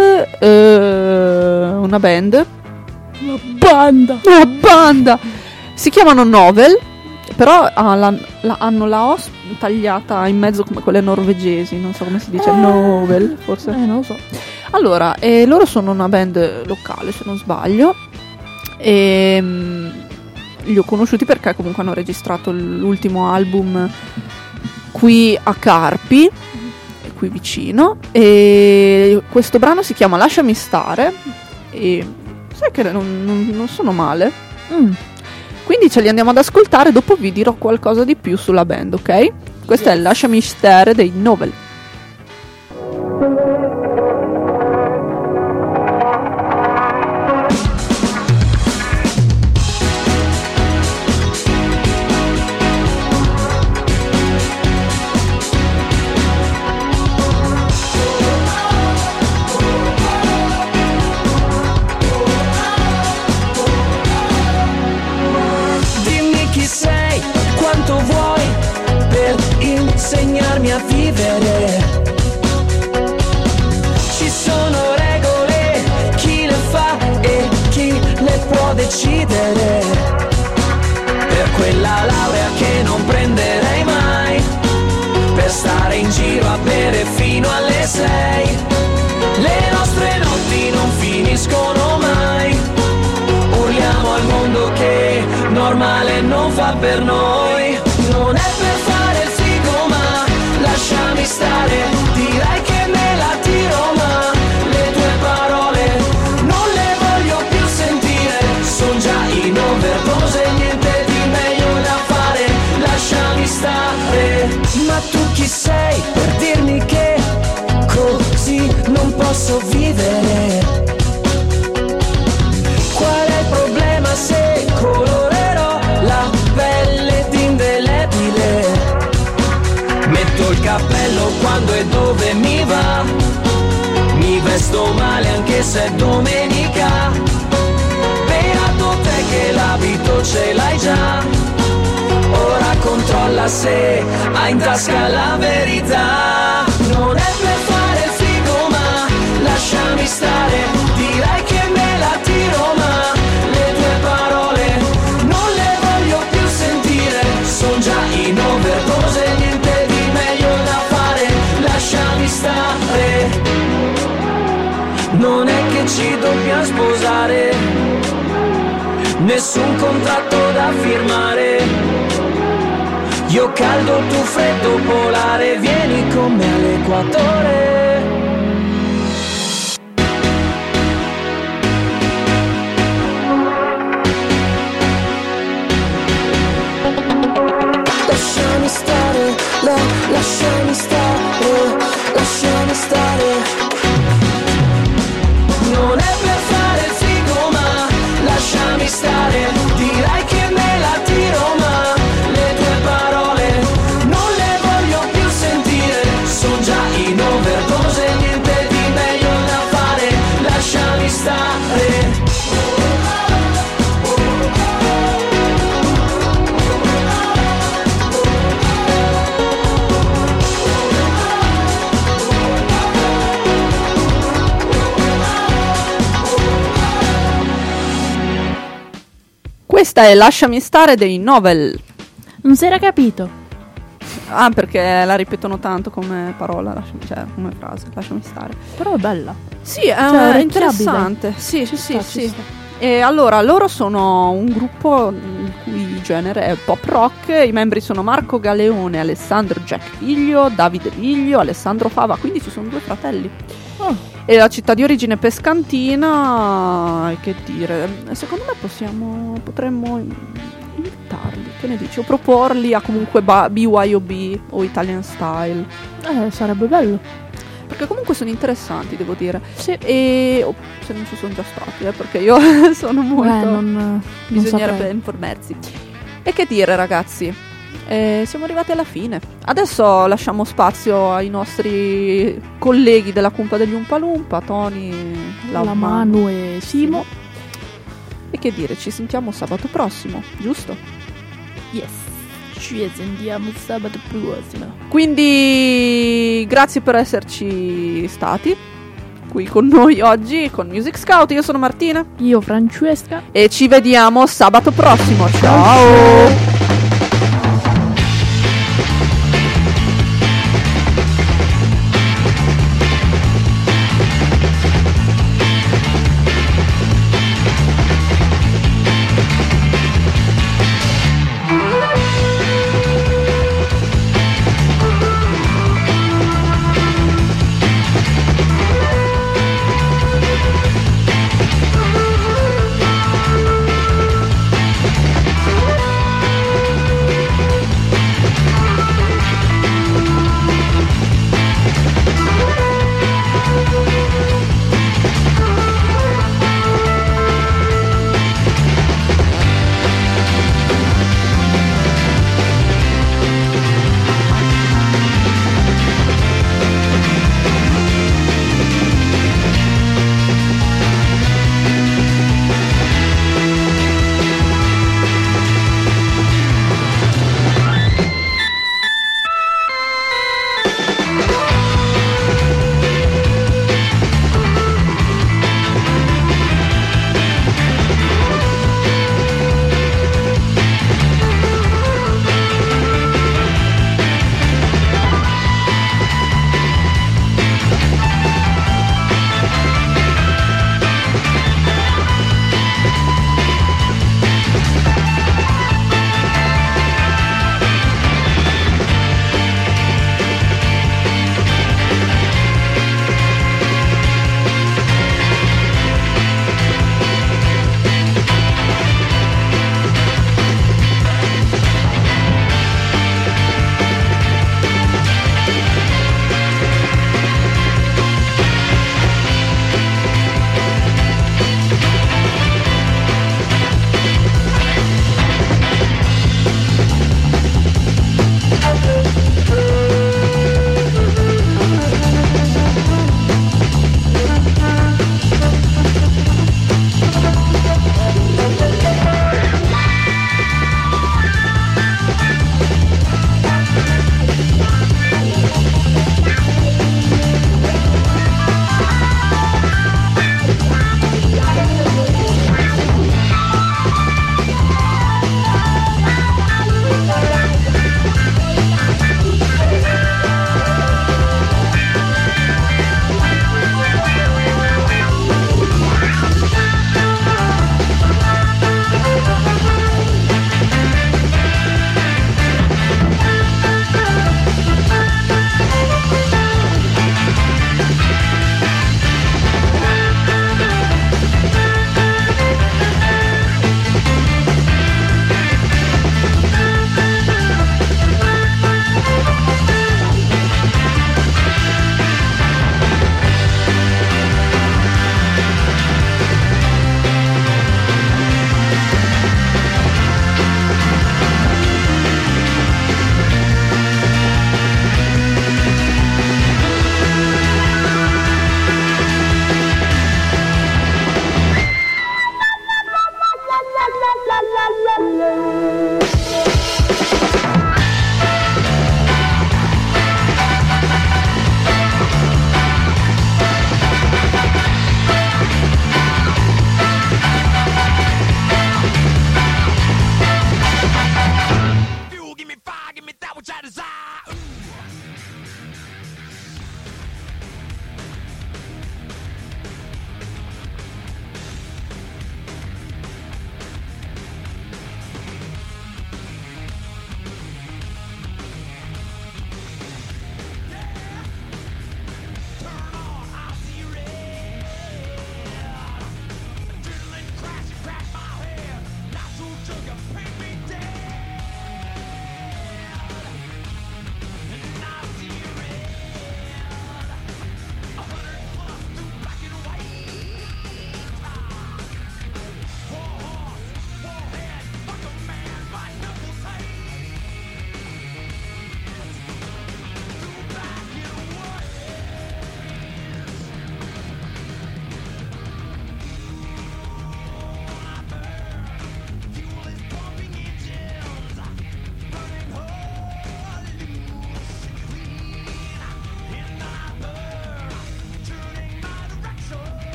A: eh, una band,
B: La banda.
A: una banda, si chiamano Novel, però ha la- la- hanno la O tagliata in mezzo come quelle norvegesi, non so come si dice,
B: Eh.
A: Novel, forse.
B: Eh, non lo so.
A: Allora, eh, loro sono una band locale, se non sbaglio, e mm, li ho conosciuti perché comunque hanno registrato l'ultimo album qui a Carpi, qui vicino, e questo brano si chiama Lasciami stare, e sai che non, non- non sono male,
B: Mm.
A: quindi ce li andiamo ad ascoltare, dopo vi dirò qualcosa di più sulla band, ok? Questo è Lasciami stare dei Novel.
H: Dimmi chi sei, quanto vuoi per insegnarmi a vivere. Ci sono regole, chi le fa e chi le può decidere. Per quella laurea che non prenderei mai, per stare in giro a bere fino alle sei. Le nostre notti non finiscono mai. Urliamo al mondo che normale non fa per noi. Non è per fare il figo ma lasciami stare. Direi che me la tiro ma le tue parole non le voglio più sentire. Son già in overdose, niente di meglio da fare. Lasciami stare. Ma tu chi sei per dirmi che così non posso vivere? Qual è il problema se colorerò la pelle d'indelebile? Metto il cappello quando e dove mi va, mi vesto male anche se è domenica. Beato te che l'abito ce l'hai già, ora controlla se hai in tasca la verità. Non è per fare il figo ma lasciami stare. Direi che me la tiro ma le tue parole non le voglio più sentire. Son già in overdose, niente di meglio da fare. Lasciami stare. Non è che ci dobbiamo sposare, nessun contratto da firmare. Io caldo, tu freddo polare, vieni con me all'equatore. Lasciami stare, la, lasciami stare, lasciami stare. Non è per fare il figo ma lasciami stare. Direi che me la tiro ma le tue parole non le voglio più sentire. Son già in overdose, niente di meglio da fare. Lasciami stare.
A: Questa è Lasciami stare dei Novel.
B: Non si era capito.
A: Ah, perché la ripetono tanto come parola, lasciami, cioè come frase, lasciami stare.
B: Però è bella.
A: Sì, è,
B: Cioè,
A: è
B: orecchiabile.
A: interessante. Sì,
B: Ci
A: sì,
B: sta,
A: sì.
B: ci sta.
A: E allora, loro sono un gruppo il cui genere è pop rock. I membri sono Marco Galeone, Alessandro Jack Figlio, Davide Viglio, Alessandro Fava, quindi ci sono due fratelli.
B: Oh.
A: E la città di origine pescantina, e che dire, secondo me possiamo, potremmo invitarli, che ne dici? O proporli a comunque ba- B Y O B o Italian Style,
B: Eh, sarebbe bello.
A: perché comunque sono interessanti, devo dire.
B: Sì.
A: E oh, se non ci sono già stati, eh, perché io sono molto...
B: Eh, non, non
A: bisognerebbe
B: saprei.
A: informarsi. E che dire, ragazzi? Eh, siamo arrivati alla fine. Adesso lasciamo spazio ai nostri colleghi della cumpa degli Umpalumpa, Tony, la,
B: La Manu e Simo.
A: E che dire, ci sentiamo sabato prossimo, giusto?
B: Yes. Ci sentiamo sabato prossimo.
A: Quindi grazie per esserci stati qui con noi oggi con Music Scout. Io sono Martina
B: Io Francesca.
A: e ci vediamo sabato prossimo. Ciao!